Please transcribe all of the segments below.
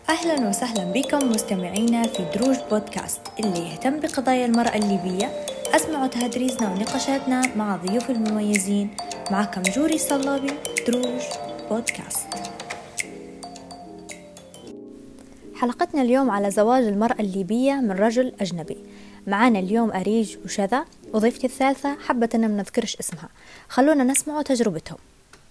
أهلا وسهلا بكم مستمعينا في دروج بودكاست اللي يهتم بقضايا المرأة الليبية. أسمعوا تهدريزنا ونقاشاتنا مع ضيوف المميزين. معكم جوري صلابي، دروج بودكاست. حلقتنا اليوم على زواج المرأة الليبية من رجل أجنبي. معنا اليوم أريج وشذا، وضيفتي الثالثة حبت أن ما نذكرش اسمها. خلونا نسمع تجربتهم.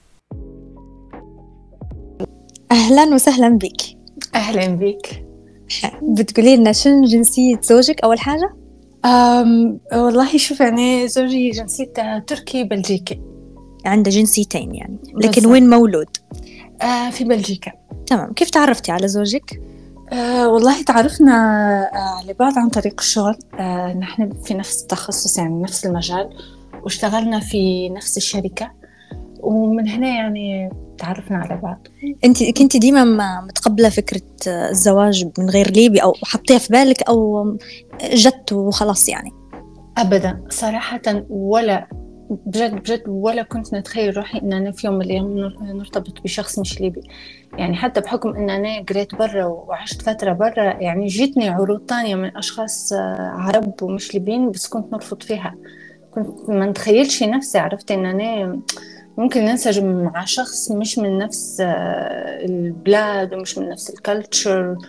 أهلا وسهلا بك. أهلا بك. بتقولي لنا شن جنسية زوجك أول حاجة؟ والله شوف، يعني زوجي جنسيته تركي بلجيكي. عنده جنسيتين يعني، لكن بالضبط. وين مولود؟ في بلجيكا. تمام. كيف تعرفتي على زوجك؟ والله تعرفنا على بعض عن طريق الشغل. نحن في نفس التخصص، يعني نفس المجال، واشتغلنا في نفس الشركة، ومن هنا يعني تعرفنا على بعض. انت كنتي ديما متقبلة فكرة الزواج من غير ليبي، أو حطيها في بالك، أو جت وخلاص يعني؟ أبدا صراحة، ولا بجد ولا كنت نتخيل روحي إن أنا في يوم من الأيام نرتبط بشخص مش ليبي. يعني حتى بحكم إن أنا قريت برا وعشت فترة برا، يعني جيتني عروض تانية من أشخاص عرب ومش ليبيين، بس كنت نرفض فيها. كنت ما نتخيلش نفسي، عرفت إن أنا ممكن ننسجم مع شخص مش من نفس البلاد ومش من نفس الكالتشر.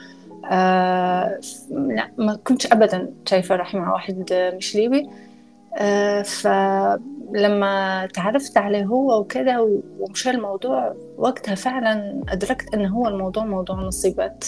لا، ما كنتش أبدا شايفة روحي مع واحد مش ليبي. فلما تعرفت عليه هو وكده ومشى الموضوع، وقتها فعلا أدركت أنه هو الموضوع موضوع نصيبات.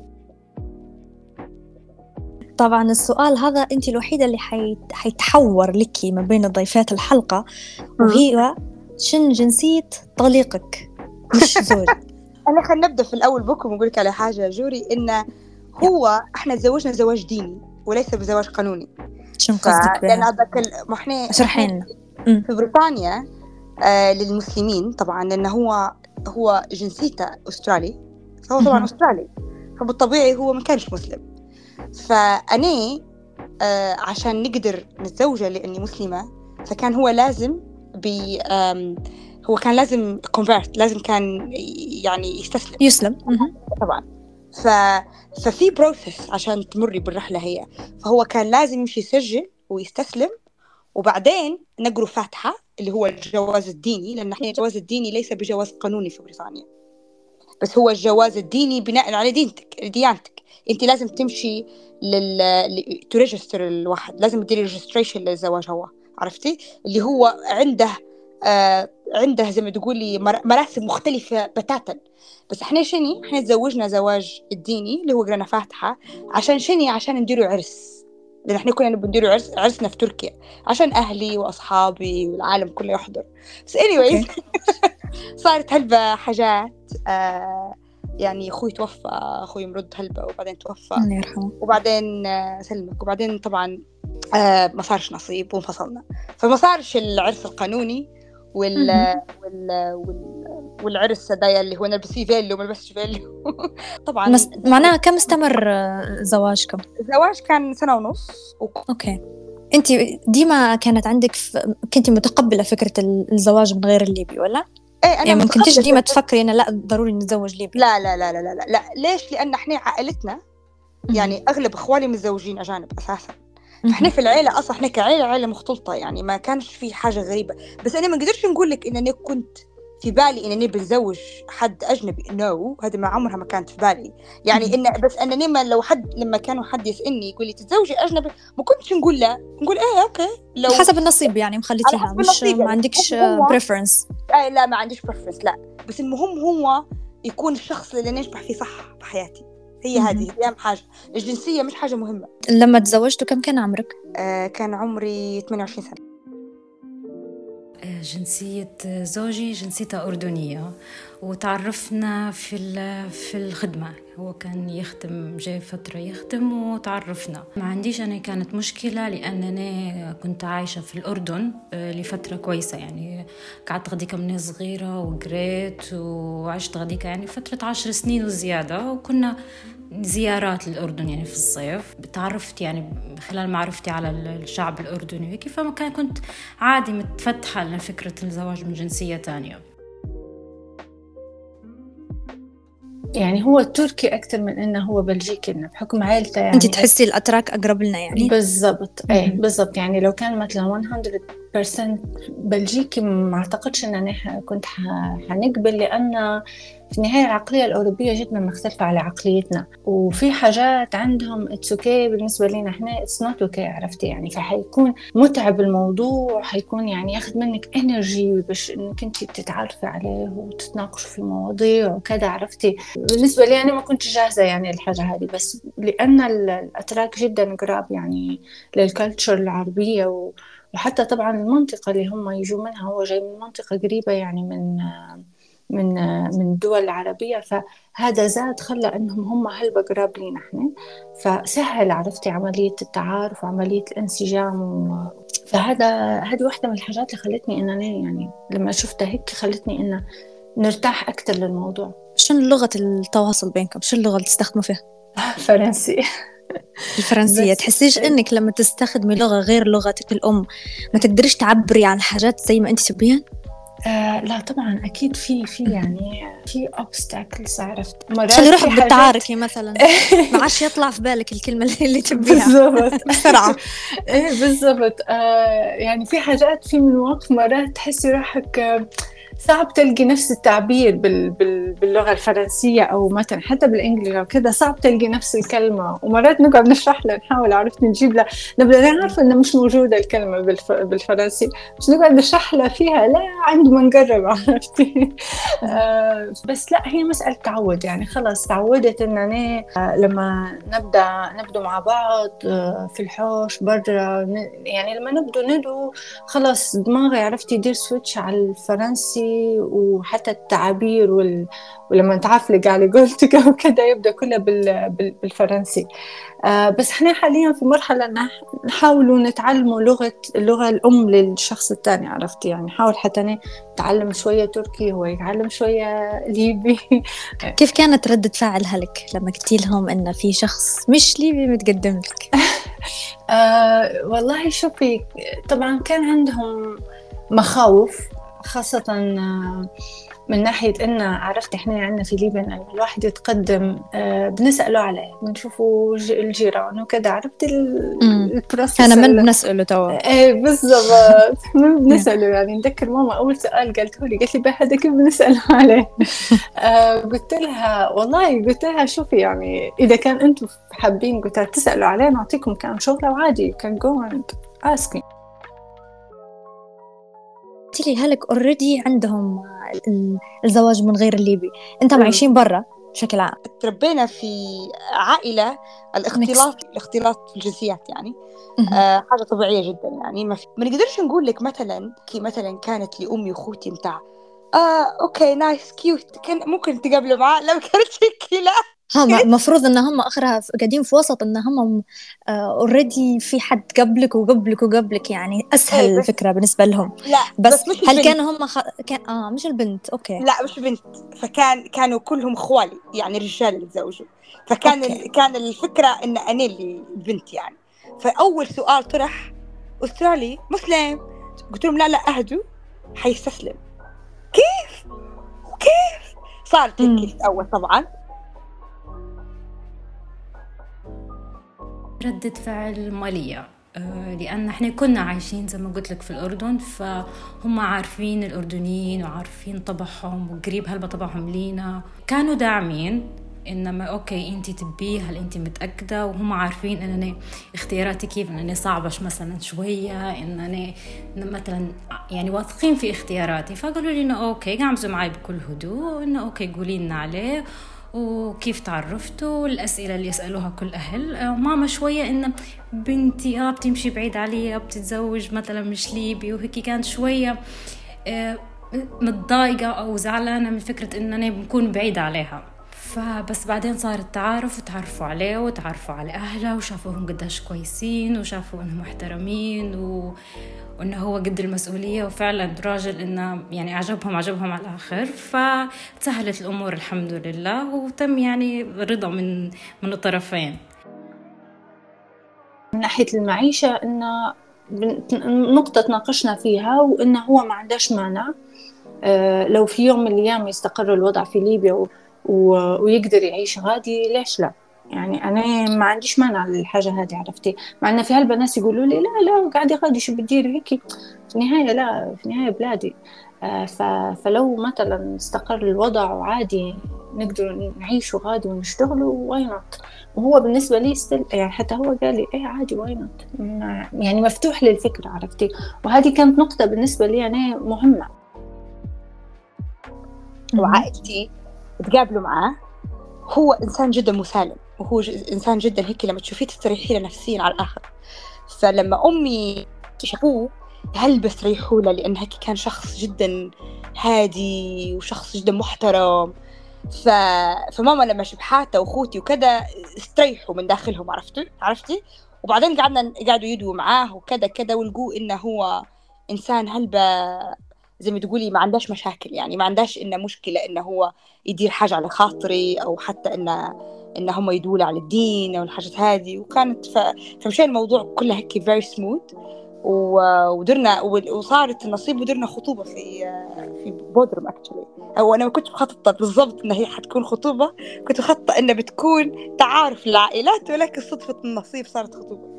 طبعا السؤال هذا أنت الوحيدة اللي حيتحور لك ما بين ضيفات الحلقة، وهي شن جنسية طليقك مش زوجك؟ أنا خلينا نبدأ في الأول بكم ونقول لك على حاجة جوري، إن هو إحنا تزوجنا زواج ديني وليس بزواج قانوني. شن قصدك لأن بها؟ ما إحنا اشرحي لنا. في بريطانيا للمسلمين طبعا، لأن هو جنسيته أسترالي، فهو طبعا أسترالي، فبالطبيعي هو ما كانش مسلم. فأنا عشان نقدر نتزوجه لأني مسلمة، فكان هو لازم هو كان لازم convert، لازم كان يعني يسلم طبعا. ففي بروسس عشان تمري بالرحلة هي، فهو كان لازم يمشي يسجل ويستسلم، وبعدين نقروا فاتحة اللي هو الجواز الديني، لأن احنا الجواز الديني ليس بجواز قانوني في بريطانيا، بس هو الجواز الديني بناء على ديانتك. انت لازم تمشي تريجستر الواحد، لازم تديري ريجستريشن للزواج. هو عرفتي اللي هو عنده زي ما تقولي مراسم مختلفة بتاتا. بس احنا تزوجنا زواج الديني اللي هو قرنا فاتحة عشان نديروا عرس، لأن احنا كنا بنديروا عرسنا في تركيا عشان أهلي وأصحابي والعالم كله يحضر. بس anyways صارت هلبة حاجات. يعني أخوي مرد هلبة، وبعدين توفى الله يرحمه، وبعدين سلمك، وبعدين طبعا ما صارش نصيب وانفصلنا. فما صارش العرس القانوني والعرس ده اللي هو نلبس فيه فيلو وما نلبسش فيلو. طبعا معناها كم استمر زواجكم؟ الزواج كان 1.5 سنة. اوكي. انت ديما كانت عندك كنت متقبلة فكرة الزواج من غير الليبي ولا؟ ايه، انا يعني ممكن تيجي ديما تفكري أنا لا ضروري نتزوج ليبي؟ لا لا لا لا لا لا, لا. ليش؟ لأن احنا عائلتنا يعني أغلب إخواني متزوجين أجانب أساساً. فإحنا في العيلة أصلاً إحنا عائلة مختلطة، يعني ما كانش في حاجة غريبة. بس أنا ما قدرش نقول لك إن أنا كنت في بالي إنني بنزوج حد أجنبي، هذا ما عمرها ما كانت في بالي. يعني بس أنني لما كانوا حد يسألني يقول لي تتزوجي أجنبي، ما كنتش نقول لا، نقول إيه أوكي. لو حسب النصيب يعني مخليتيها، مش ما عندكش preference؟ لا، ما عنديش preference، لا. بس المهم هو يكون الشخص اللي نشبح فيه صح بحياتي. هي هذه أهم حاجة. الجنسية مش حاجة مهمة. لما تزوجتوا كم كان عمرك؟ كان عمري 28 سنة. جنسية زوجي جنسيته أردنية، وتعرفنا في الخدمة. هو كان يخدم، جاي فترة يخدم وتعرفنا. ما عنديش أنا كانت مشكلة، لأنني كنت عايشة في الأردن لفترة كويسة، يعني قعدت غديك من صغيرة وقريت وعشت غديك يعني فترة 10 سنين وزيادة، وكنا زيارات للأردن يعني في الصيف. تعرفت يعني خلال معرفتي على الشعب الأردني وهيك، فما كنت عادي متفتحة لفكرة الزواج من جنسية تانية. يعني هو تركي أكثر من إنه هو بلجيكي بحكم عائلته يعني. أنت تحسي الأتراك أقرب لنا يعني؟ بالضبط إيه بالضبط. يعني لو كان مثلا 100% بلجيكي ما أعتقدش إن أنا كنت حنقبل، لأن في النهاية العقلية الأوروبية جدا مختلفة على عقليتنا، وفي حاجات عندهم it's okay بالنسبة لنا إحنا it's not okay، عرفتي يعني. فحيكون متعب الموضوع، حيكون يعني ياخد منك energy باش إنك أنت تتعرفي عليه وتتناقشوا في مواضيع وكذا، عرفتي. بالنسبة لي أنا ما كنت جاهزة يعني الحاجة هذه، بس لأن الأتراك جدا قراب يعني للكالتشر العربية، وحتى طبعا المنطقة اللي هم يجوا منها، هو جاي من منطقة قريبة يعني من الدول العربية، فهذا زاد خلى أنهم هم هلبة قراب لينا إحنا، فسهل عرفتي عملية التعارف وعملية الانسجام. هذه واحدة من الحاجات اللي خلتني إن أنا يعني لما شفتها هيك خلتني إن نرتاح أكتر للموضوع. شنو لغة التواصل بينكم؟ شنو اللغة اللي تستخدموا فيها؟ فرنسي. الفرنسية. تحسيش إنك لما تستخدمي لغة غير لغتك الأم ما تقدريش تعبري عن حاجات زي ما أنت تبين؟ لا طبعا أكيد في يعني في obstacles، عرفت. خلي روحك بالتعاركي مثلا ما عادش يطلع في بالك الكلمة اللي تبيها بالضبط بسرعة. إيه بالضبط. يعني في حاجات في من الوقت مرات تحسي روحك صعب تلقي نفس التعبير باللغة الفرنسية، أو مثلا حتى بالإنجليزي أو كذا صعب تلقي نفس الكلمة، ومرات نقعد نشرح له نحاول عرفت نجيب له، نبدأ نعرف إنه مش موجودة الكلمة بالفرنسي، بس نقعد نشرح له فيها لا عند ما نقرب، عرفتي. بس لا، هي مسألة تعود يعني. خلاص تعودت إن أنا لما نبدأ مع بعض في الحوش برا، يعني لما ندو خلاص دماغي عرفتي يدير سويتش على الفرنسي، وحتى التعابير ولما نتعفلق على قولتك أو كده يبدأ كله بالفرنسي. بس احنا حاليا في مرحلة نحاول نتعلم اللغة الأم للشخص الثاني، عرفتي يعني. نحاول حتى نتعلم شوية تركي، هو يتعلم شوية ليبي. كيف كانت ردة فعل هلك لما قلتي لهم إن في شخص مش ليبي متقدم لك؟ والله شوفي، طبعا كان عندهم مخاوف، خاصة من ناحية إن عرفت إحنا عندنا في ليبيا إن الواحد يتقدم بنسأله عليه، بنشوفوا الجيران وكذا، عرفت البروسيس. أنا من بنسأله توا. إيه بالضبط. من بنسأله يعني. نذكر ماما أول سؤال قالت لي هذا كيف بنسأله عليه. قلت لها شوفي يعني إذا كان أنتم حابين قلت لها تسألوا عليه نعطيكم كان شغله وعادي كان go and ask me. لي هلك اوريدي عندهم الزواج من غير الليبي، انت عايشين برا بشكل عام. تربينا في عائلة الاختلاط في الجنسيات يعني حاجة طبيعية جدا يعني. ما نقدرش نقول لك مثلا كانت لأمي وأخوتي متاع اوكي نايس كيوت كان ممكن تقابلوا معاه، لا ما كانتش كذا. مفروض ان هم اخرها قاعدين في وسط ان هم اوريدي في حد قبلك يعني اسهل إيه الفكره بالنسبه لهم. لا بس مش هل كانوا هم كان مش البنت اوكي لا مش بنت، كانوا كلهم خوالي يعني رجال اللي تزوجوا، كان الفكره ان انا اللي البنت يعني. فاول سؤال طرح استرالي مسلم، قلت لهم لا اهدوا حيستسلم. كيف صارت هيك اول طبعا ردة فعل مالية، لأن احنا كنا عايشين زي ما قلت لك في الأردن، فهم عارفين الأردنيين وعارفين طبعهم وقريب هلبة طبعهم لينا، كانوا داعمين. إنما أوكي أنت تبيه، هل أنت متأكدة؟ وهم عارفين إن أنا اختياراتي كيف، إن أنا صعبة مثلا شوية، إن أنا مثلا يعني واثقين في اختياراتي، فقالوا لي إنه أوكي قعمزوا معي بكل هدوء، إنه أوكي قولي لنا عليه وكيف تعرفتوا، الأسئلة اللي يسألوها كل أهل. ماما شوية إن بنتي بتمشي بعيد عليها، بتتزوج مثلا مش ليبي، وهيك كانت شوية متضايقة أو زعلانة من فكرة إن أنا بكون بعيدة عليها. فبس بعدين صار التعارف، وتعرفوا عليه وتعرفوا على أهله وشافوهم قداش كويسين وشافوا إنهم محترمين وإنه هو قد المسؤولية، وفعلا راجل إنه يعني عجبهم على الآخر، فتسهلت الأمور الحمد لله، وتم يعني رضا من الطرفين. من ناحية المعيشة إنه نقطة تناقشنا فيها، وإنه هو ما عندهش مانع لو في يوم من الأيام يستقر الوضع في ليبيا ويقدر يعيش غادي، ليش لا؟ يعني أنا ما عنديش مانع للحاجة هذه، عرفتي؟ مع أن في هالبنات يقولوا لي لا قاعدة غادي شو بتديري هيك، في النهاية لا، في النهاية بلادي. فلو مثلا استقر الوضع وعادي نقدر نعيش غادي ونشتغل، واي نوت. وهو بالنسبة لي يعني حتى هو قال لي ايه عادي واي نوت، يعني مفتوح للفكرة، عرفتي؟ وهذه كانت نقطة بالنسبة لي يعني مهمة. وعائلتي تقابلوا معاه، هو إنسان جدا مسالم، وهو إنسان جدا هيك لما تشوفيه تستريحي له نفسيا على الآخر. فلما أمي شافوه هل بستريحوا له، لأن هيك كان شخص جدا هادي وشخص جدا محترم. فماما لما شبحاته وأخوتي وكذا استريحوا من داخلهم، عرفتي. وبعدين قعدوا يدوا معاه وكذا كذا، ولقوا إنه هو إنسان هلبة زي ما تقولي، ما عندهاش مشاكل، يعني ما عندهاش إنه مشكلة إنه هو يدير حاجة على خاطري، أو حتى إن هم يدولوا على الدين أو الحاجات هذه. وكانت فمشي الموضوع كله هيك very smooth. ودرنا وصارت النصيب، ودرنا خطوبة في بودرم actually. أو أنا ما كنت مخططة بالضبط إن هي حتكون خطوبة، كنت مخططة إنها بتكون تعارف العائلات، ولكن صدفة النصيب صارت خطوبة.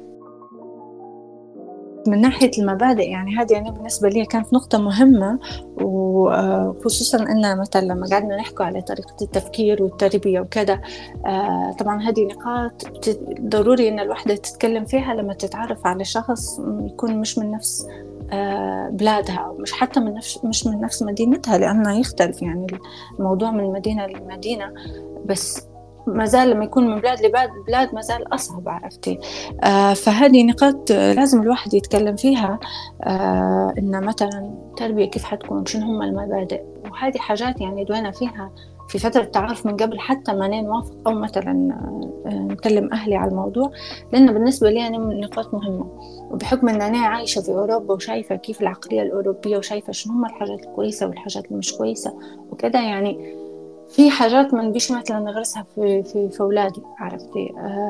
من ناحية المبادئ يعني هذه يعني بالنسبة لي كانت نقطة مهمة، وخصوصا أن مثلا لما قعدنا نحكي على طريقة التفكير والتربية وكذا، طبعا هذه نقاط ضروري أن الوحدة تتكلم فيها لما تتعرف على شخص يكون مش من نفس بلادها، مش حتى مش من نفس مدينتها، لأنه يختلف يعني الموضوع من مدينة لمدينة. بس ما زال لما يكون من بلاد لبلاد ما زال أصعب، عرفتي؟ فهذه نقاط لازم الواحد يتكلم فيها. إن مثلا تربية كيف حتكون، شنو هم المبادئ، وهذه حاجات يعني دوينا فيها في فترة تعرف من قبل حتى ما نوافق أو مثلا نكلم أهلي على الموضوع، لأنه بالنسبة لي يعني نقاط مهمة. وبحكم أن أنا عايشة في أوروبا وشايفة كيف العقلية الأوروبية، وشايفة شنو هم الحاجات الكويسة والحاجات المش كويسة وكذا، يعني في حاجات ما نبيش مثلا نغرسها في أولادي، عرفتي؟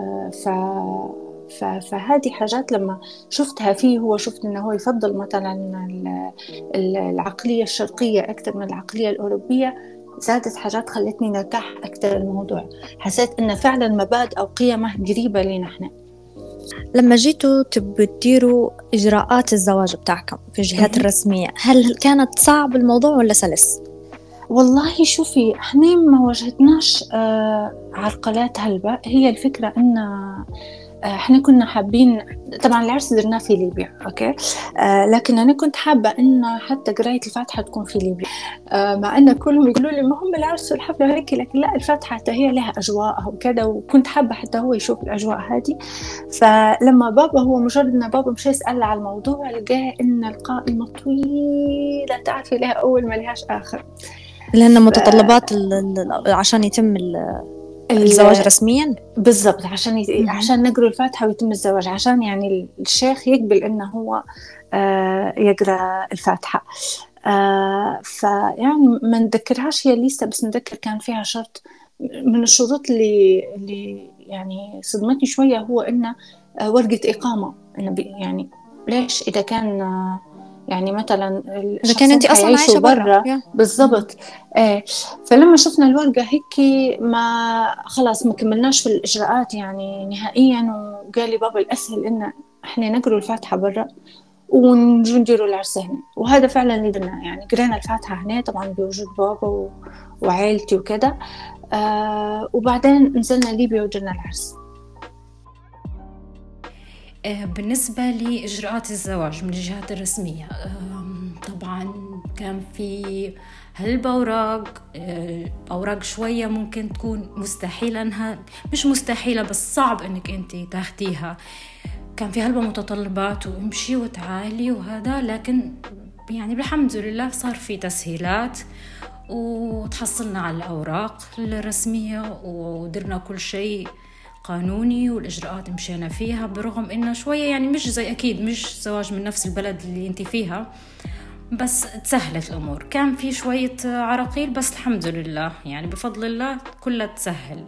فهذه حاجات لما شفتها فيه، هو شفت إنه هو يفضل مثلا العقلية الشرقية أكثر من العقلية الأوروبية، زادت حاجات خلتني نرتاح أكثر الموضوع. حسيت إنه فعلا مبادئ أو قيمة قريبة لنا إحنا. لما جيتوا تبوا تديروا إجراءات الزواج بتاعكم في الجهات الرسمية، هل كانت صعب الموضوع ولا سلس؟ والله شوفي، احنا ما واجهتناش عرقلات هلبة. هي الفكرة ان احنا كنا حابين، طبعا العرس درناه في ليبيا، اوكي، لكن انا كنت حابة ان حتى قراية الفاتحة تكون في ليبيا، مع ان كلهم يقولوا لي ما هم العرس والحفلة هيك، لكن لا، الفاتحة حتى هي لها اجواءها وكذا، وكنت حابة حتى هو يشوف الاجواء هذه. فلما بابا، هو مجرد ان بابا مشي يسأل على الموضوع، لقاه ان القائمة طويلة تعرفي لها اول ما لهاش اخر، لأن متطلبات عشان يتم الزواج رسميا. بالضبط، عشان نقرأ الفاتحة ويتم الزواج، عشان يعني الشيخ يقبل إنه هو يقرأ الفاتحة. فيعني ما نذكرهاش هي لسه، بس نذكر كان فيها شرط من الشروط اللي يعني صدمتني شوية، هو إنه ورقة إقامة. إنه يعني ليش إذا كان يعني مثلا إذا كان أنت أصلا عايشة برا. بالضبط. فلما شفنا الورقة هيك ما خلاص ما كملناش في الإجراءات يعني نهائيا، وقال لي بابا الأسهل إن إحنا نقرأ الفاتحة برا ونجندروا العرس هنا. وهذا فعلا اللي درنا، يعني قرينا الفاتحة هنا طبعا بوجود بابا وعائلتي وكذا. وبعدين نزلنا ليبيا وجرنا العرس. بالنسبة لإجراءات الزواج من الجهات الرسمية، طبعا كان في أوراق شوية ممكن تكون مستحيلة، أنها مش مستحيلة بس صعب أنك أنت تاخديها. كان في متطلبات وامشي وتعالي وهذا، لكن يعني بالحمد لله صار في تسهيلات وتحصلنا على الأوراق الرسمية ودرنا كل شيء قانوني، والإجراءات مشينا فيها، برغم إنه شوية يعني مش زي أكيد مش زواج من نفس البلد اللي أنت فيها، بس تسهلت الأمور. كان في شوية عراقيل بس الحمد لله يعني بفضل الله كلها تسهل.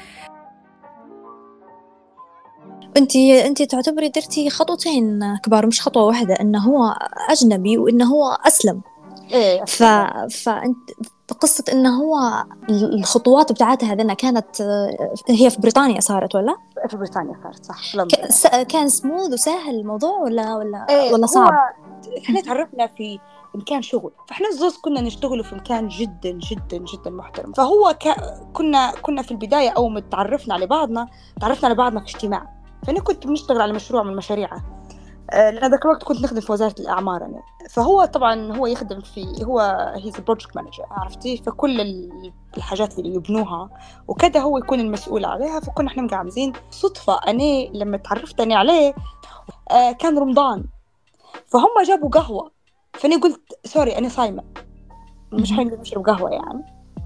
انت تعتبري درتي خطوتين كبار مش خطوة واحدة، انه هو اجنبي وانه هو اسلم. إيه. قصة إنه هو الخطوات بتاعتها هذنا كانت هي في بريطانيا صارت ولا؟ في بريطانيا صارت صح في لندن. كان سموث وسهل الموضوع ولا إيه ولا هو صعب؟ إحنا تعرفنا في مكان شغل، فإحنا الزوز كنا نشتغل في مكان جدا جدا جدا محترم. فهو كنا في البداية أول ما تعرفنا على بعضنا في اجتماع. فأنا كنت بنشتغل على مشروع من مشاريعه، لأن ذاك الوقت كنت نخدم في وزارة الأعمار أنا. فهو طبعا هو يخدم هي بروجكت مانجر عرفتي، فكل الحاجات اللي يبنوها وكذا هو يكون المسؤول عليها. فكنا احنا مقعمزين صدفة. أنا لما تعرفت أنا عليه كان رمضان، فهم جابوا قهوة، فأنا قلت سوري أنا صايمة مش حنقدر نشرب قهوة يعني.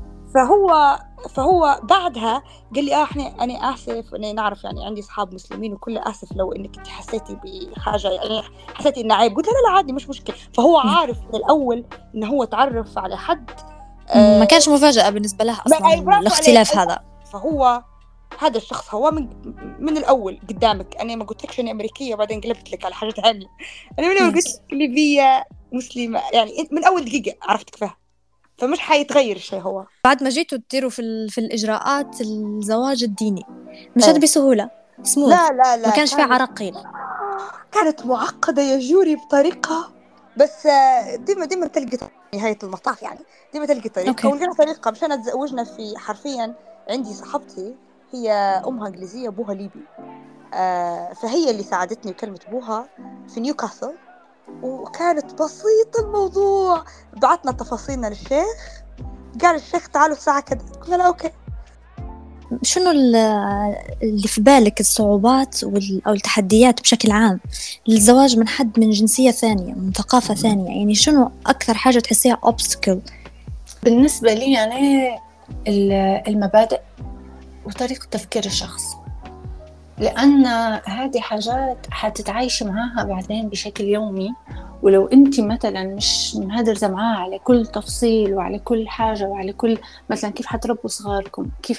فهو بعدها قال لي أنا آسف، أنا نعرف يعني عندي أصحاب مسلمين وكل آسف لو إنك أنت حسيتي بحاجة يعني حسيتي إنه عيب. قلت لا عادي مش مشكلة. فهو عارف من الأول إنه هو تعرف على حد ما كانش مفاجأة بالنسبة له أصلا الاختلاف هذا. فهو هذا الشخص هو من الأول قدامك. أنا ما قلت لكش أنا أمريكية وبعدين قلبت لك على حاجة ثانية. أنا من الأول قلت ليبية مسلمة يعني من أول دقيقة عرفتك فيها، فمش حيتغير الشيء. هو بعد ما جيتوا تديروا في الإجراءات الزواج الديني مشت بسهولة سموث؟ لا ما كانش فيها عراقيل؟ كانت معقدة يا جوري بطريقة، بس ديما تلقي نهاية المطاف يعني. ديما تلقي طريقة ولقينا طريقة مشان تزوجنا. في حرفيا عندي صاحبتي هي أمها إنجليزية أبوها ليبي، فهي اللي ساعدتني وكلمة أبوها في نيوكاسل، وكانت بسيطة الموضوع. بعتنا تفاصيلنا للشيخ، قال الشيخ تعالوا الساعة كذا، قلنا لا أوكي. شنو اللي في بالك الصعوبات أو التحديات بشكل عام للزواج من حد من جنسية ثانية من ثقافة ثانية؟ يعني شنو أكثر حاجة تحسيها obstacle؟ بالنسبة لي يعني المبادئ وطريقة تفكير الشخص، لأن هذه حاجات حتتعايش معاها بعدين بشكل يومي. ولو أنت مثلا مش مهدرزة معاها على كل تفصيل وعلى كل حاجة وعلى كل مثلا كيف حتربوا صغاركم، كيف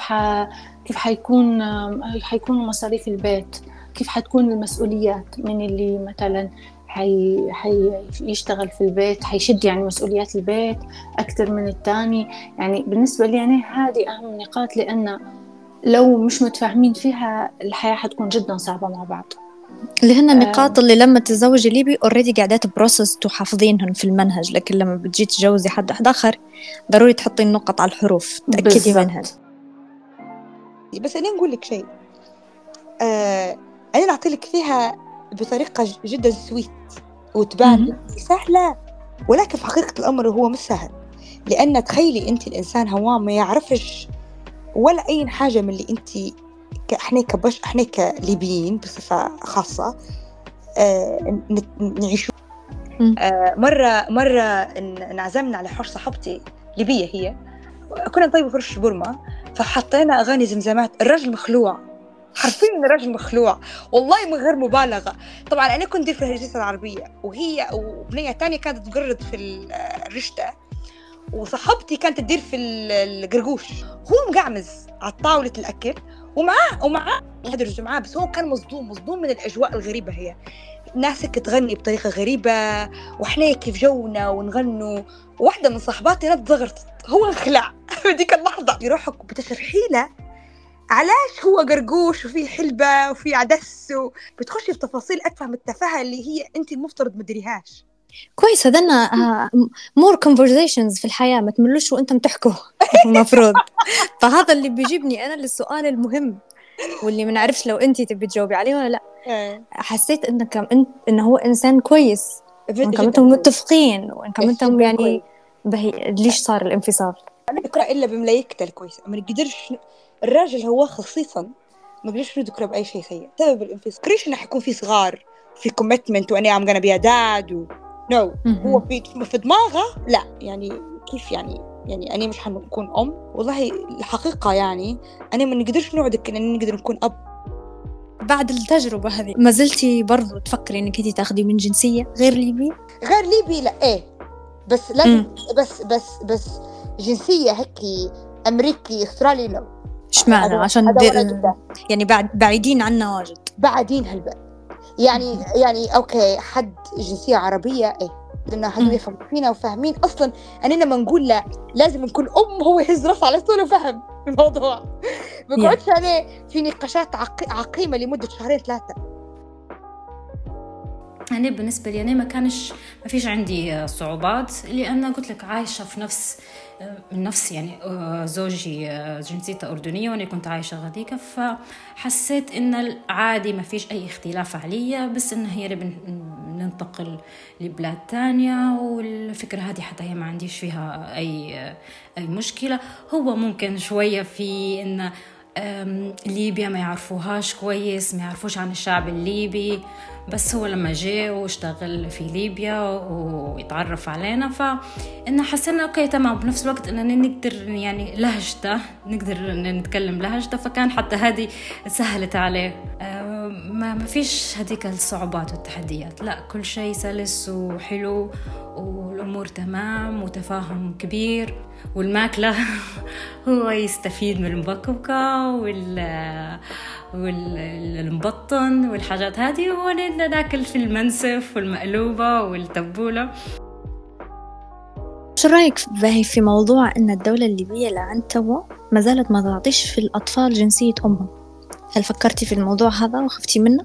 حيكونوا مصاريف البيت، كيف حتكون المسؤوليات، من اللي مثلا يشتغل في البيت حيشد يعني مسؤوليات البيت أكثر من الثاني. يعني بالنسبة لي يعني هذه أهم نقاط، لأن لو مش متفاهمين فيها الحياة حتكون جدا صعبة مع بعض. اللي هن النقاط اللي لما تتزوجي ليبي already قاعدات بروسس وحافظينهن في المنهج، لكن لما بتجي تتجوزي حد آخر ضروري تحطي النقط على الحروف تأكدي منها. بس أنا نقول لك شيء، أنا نعطيلك فيها بطريقة جدا سويت وتبان سهلة، ولكن في حقيقة الأمر هو مش سهل. لأن تخيلي أنت الإنسان هو ما يعرفش ولا أي حاجة من اللي أنت إحنا كليبيين بصفة خاصة نعيشوا. مرة انعزمنا على حوش صاحبتي ليبية، هي كنا نطيب فرش برما، فحطينا أغاني زمزمات. الرجل مخلوع، حرفيا الرجل مخلوع والله من غير مبالغة. طبعا أنا كنت في الهجرة العربية، وهي وبنية تانية كانت تقرد في الرشتة، وصاحبتي كانت تدير في القرقوش. هو مقعمز على طاولة الأكل ومعاه يهدرجوا معاه، بس هو كان مصدوم من الأجواء الغريبة. هي ناسك تغني بطريقة غريبة وإحنا كيف جونا ونغنوا. واحدة من صاحباتي نتضغرت، هو انخلع في ديك اللحظة. يروحك بتشرحي له علاش هو قرقوش وفي حلبة وفي عدس، بتخشي في تفاصيل أتفه من التفاهة اللي هي أنت المفترض مدريهاش. كويس، هذنا more conversations في الحياة، ما تملوش وانتم تحكوا المفروض. فهذا اللي بيجيبني أنا للسؤال المهم واللي ما نعرفش لو أنتي تبي تجاوبي عليه ولا لا. حسيت إنه هو إنسان كويس وإنكم أنتم متفقين وإنكم أنتم يعني ليش صار الانفصال؟ أنا أقرأ إلا بملايكته الكويسة، ما نقدرش. الراجل هو خصيصا ما بيقدرش نذكره بأي شيء سيء سبب الانفصال. كريش إنه حيكون في صغار في commitment وأنا عم gonna be a dad هو في دماغه لا. يعني كيف يعني أنا مش حنكون أم. والله الحقيقة يعني أنا ما نقدرش نوعدك إن نقدر نكون أب. بعد التجربة هذه ما زلتي برضو تفكري إنك أنتي تاخدي من جنسية غير ليبي؟ غير ليبي لا بس لازم بس جنسية هيك أمريكي أسترالي لا. إيش معنى؟ عشان يعني بعيدين عنا واجد. بعدين هالبعد يعني أوكي حد جنسية عربية لأن هدول يفهموا فينا وفاهمين أصلا أننا ما نقول لا لازم نكون هو يهز راسه على طول وفهم الموضوع. بقعدش أنا في نقاشات عقيمة لمدة 2-3. أنا بالنسبة لي أنا ما فيش عندي صعوبات، لأن قلت لك عايشة في نفس يعني زوجي جنسيته أردنية وأنا كنت عايشة غاديكا، فحسيت إن العادي ما فيش أي اختلاف عليا، بس إن هي ننتقل لبلاد تانية، والفكرة هذه حتى هي ما عنديش فيها أي مشكلة. هو ممكن شوية في إن ليبيا ما يعرفوهاش كويس، ما يعرفوش عن الشعب الليبي، بس هو لما جاء واشتغل في ليبيا ويتعرف علينا فإن حسنا أوكي تمام. بنفس الوقت إننا نقدر يعني لهجته نقدر نتكلم لهجته، فكان حتى هذه سهلت عليه. ما فيش هذيك الصعوبات والتحديات، لا كل شيء سلس وحلو والأمور تمام وتفاهم كبير. والماكلة هو يستفيد من المبكبكة والمبطن والحاجات هذه، وانا ناكل في المنسف والمقلوبة والتبولة. شو رأيك في موضوع أن الدولة الليبية لعن توا ما زالت ما تعطيش في الأطفال جنسية أمهم؟ هل فكرتي في الموضوع هذا وخفتي منه؟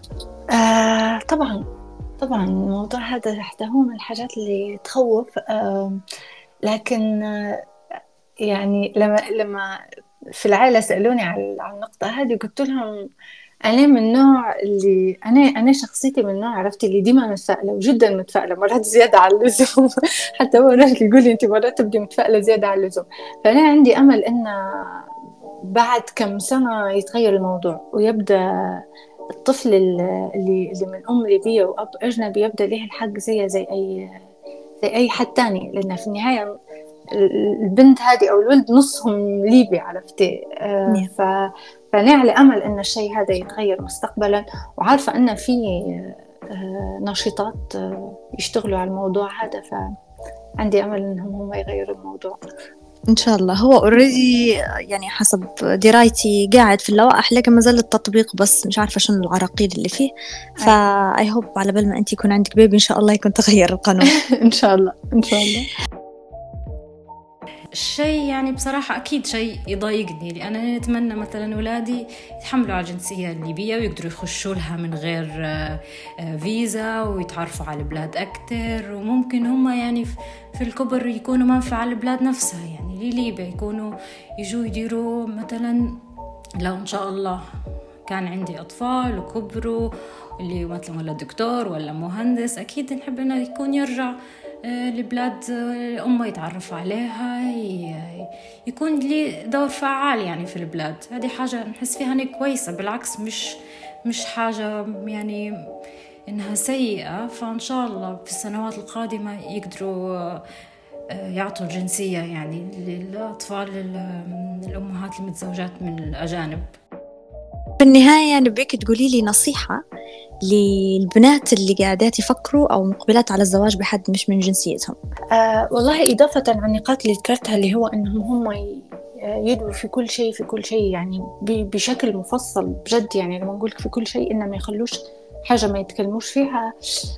طبعا الموضوع هذا حتى هو من الحاجات اللي تخوف. لكن يعني لما في العائلة سألوني على النقطة هذه قلت لهم أنا من النوع اللي أنا شخصيتي من النوع عرفتي اللي ديما متفائلة وجدا متفائلة، مرات زيادة على اللزوم. حتى هو الرجل يقول لي أنت مرات تبدي متفائلة زيادة على اللزوم. فأنا عندي أمل إن بعد كم سنة يتغير الموضوع ويبدأ الطفل اللي من أم ليبية وأب أجنبي يبدأ له الحق زي أي حد تاني، لأن في النهاية البنت هذه أو الولد نصهم ليبي عرفتي. فأنا على أمل أن الشيء هذا يتغير مستقبلا، وعارفة أن في ناشطات يشتغلوا على الموضوع هذا، فعندي أمل أنهم يغيروا الموضوع إن شاء الله. هو already يعني حسب درايتي قاعد في اللوائح، لكن ما زال التطبيق بس مش عارفة شنو العراقيل اللي فيه. I hope على بال ما أنت يكون عندك بيبي إن شاء الله يكون تغير القانون. إن شاء الله إن شاء الله. الشيء يعني بصراحة أكيد شيء يضايقني، لأن أنا أتمنى مثلا أولادي يتحملوا على الجنسية الليبية ويقدروا يخشوا لها من غير فيزا ويتعرفوا على البلاد أكتر، وممكن هم يعني في الكبر يكونوا منفعة للبلاد نفسها، يعني لليبيا يكونوا يجوا يديروا مثلا لو إن شاء الله كان عندي أطفال وكبروا اللي مثلا ولا دكتور ولا مهندس، أكيد نحب أنه يكون يرجع لبلاد أمه يتعرف عليها، يكون لي دور فعال يعني في البلاد. هذه حاجة نحس فيها أني كويسة، بالعكس مش حاجة يعني إنها سيئة. فإن شاء الله في السنوات القادمة يقدروا يعطوا الجنسية يعني للأطفال الأمهات المتزوجات من الأجانب. في النهاية نبيك تقولي لي نصيحة للبنات اللي قاعدات يفكروا أو مقبلات على الزواج بحد مش من جنسيتهم. والله إضافة عن النقاط اللي ذكرتها اللي هو أنهم هم يدوا في كل شيء يعني بشكل مفصل بجد، يعني لما نقولك في كل شيء إنهم ما يخلوش حاجة ما يتكلموش فيها.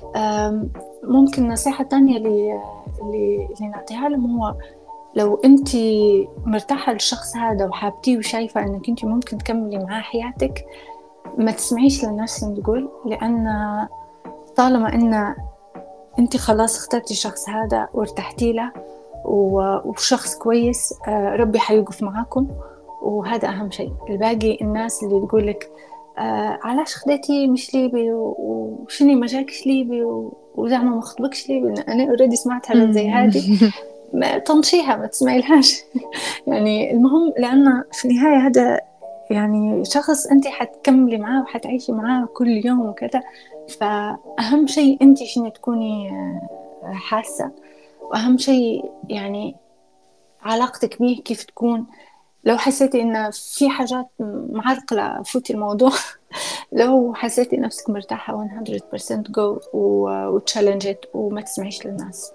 ممكن نصيحة تانية اللي نعطيها لهم هو لو أنت مرتاحة للشخص هذا وحابتيه وشايفة أنك أنت ممكن تكملي معاه حياتك، ما تسمعيش للناس اللي تقول، لأن طالما أن أنت خلاص اخترتي الشخص هذا وارتحتي له وشخص كويس، ربي حيوقف معاكم، وهذا أهم شيء. الباقي الناس اللي تقولك علاش خديتي مش ليبي وشني ما جاكش ليبي وزعما ما خطبكش ليبي، أنا أوريدي سمعت حاجات زي هذه، طنشيها ما تسمعيلهاش. يعني المهم، لأن في النهاية هذا يعني شخص أنت حتكملي معاه وحتعيشي معاه كل يوم وكذا، فأهم شيء أنت شنو تكوني حاسة، وأهم شيء يعني علاقتك به كيف تكون. لو حسيتي إن في حاجات معرقلة فوتي الموضوع. لو حسيتي نفسك مرتاحة 100% go وتشالنج it وما تسمعيش للناس.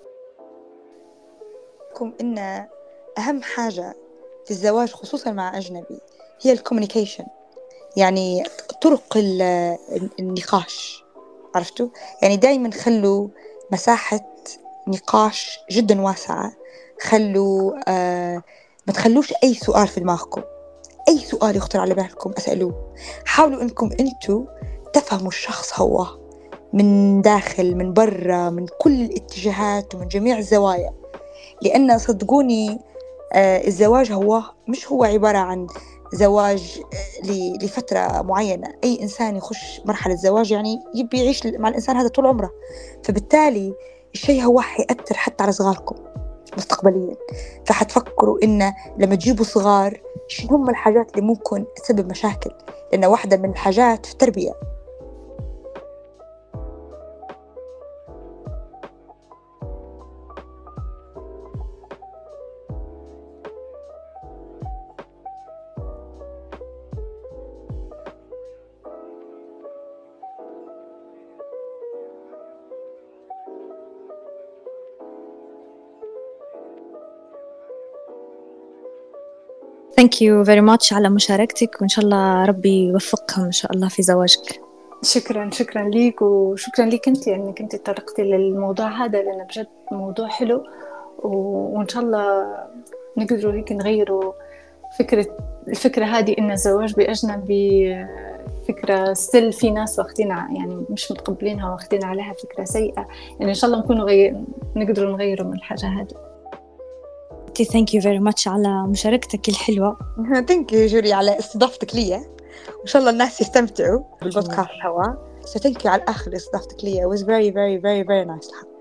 إن أهم حاجة في الزواج خصوصا مع أجنبي هي الكوميونيكيشن، يعني طرق النقاش، عرفتوا؟ يعني دايما خلوا مساحة نقاش جدا واسعة. خلوا ما تخلوش أي سؤال في دماغكم، أي سؤال يخطر على بالكم أسألوه. حاولوا أنكم أنتوا تفهموا الشخص هو من داخل من برا، من كل الاتجاهات ومن جميع الزوايا. لأن صدقوني الزواج مش هو عبارة عن زواج لفترة معينة. أي إنسان يخش مرحلة زواج يعني يبي يعيش مع الإنسان هذا طول عمره، فبالتالي الشيء هو حيأثر حتى على صغاركم مستقبليا. فحتفكروا إن لما تجيبوا صغار شنو هم الحاجات اللي ممكن تسبب مشاكل، لأن واحدة من الحاجات في التربية. Thank you very much على مشاركتك، وإن شاء الله ربي يوفقهم إن شاء الله في زواجك. شكرا ليك، وشكرا ليك أنت أنك أنت تطرقتي للموضوع هذا، لأنه بجد موضوع حلو، وإن شاء الله نقدروا هيك نغيروا الفكرة هذه إن الزواج بأجنبي فكرة ستيل في ناس واخدينها يعني مش متقبلينها واخدين عليها فكرة سيئة. يعني إن شاء الله نقدروا نغيروا من الحاجة هذه. Thank you very much على مشاركتك الحلوة. Thank you جوري على استضافتك لي، وإن شاء الله الناس يستمتعوا بالبودكاست هوا. So thank you على الآخر استضافتك لي. It was very very very very nice.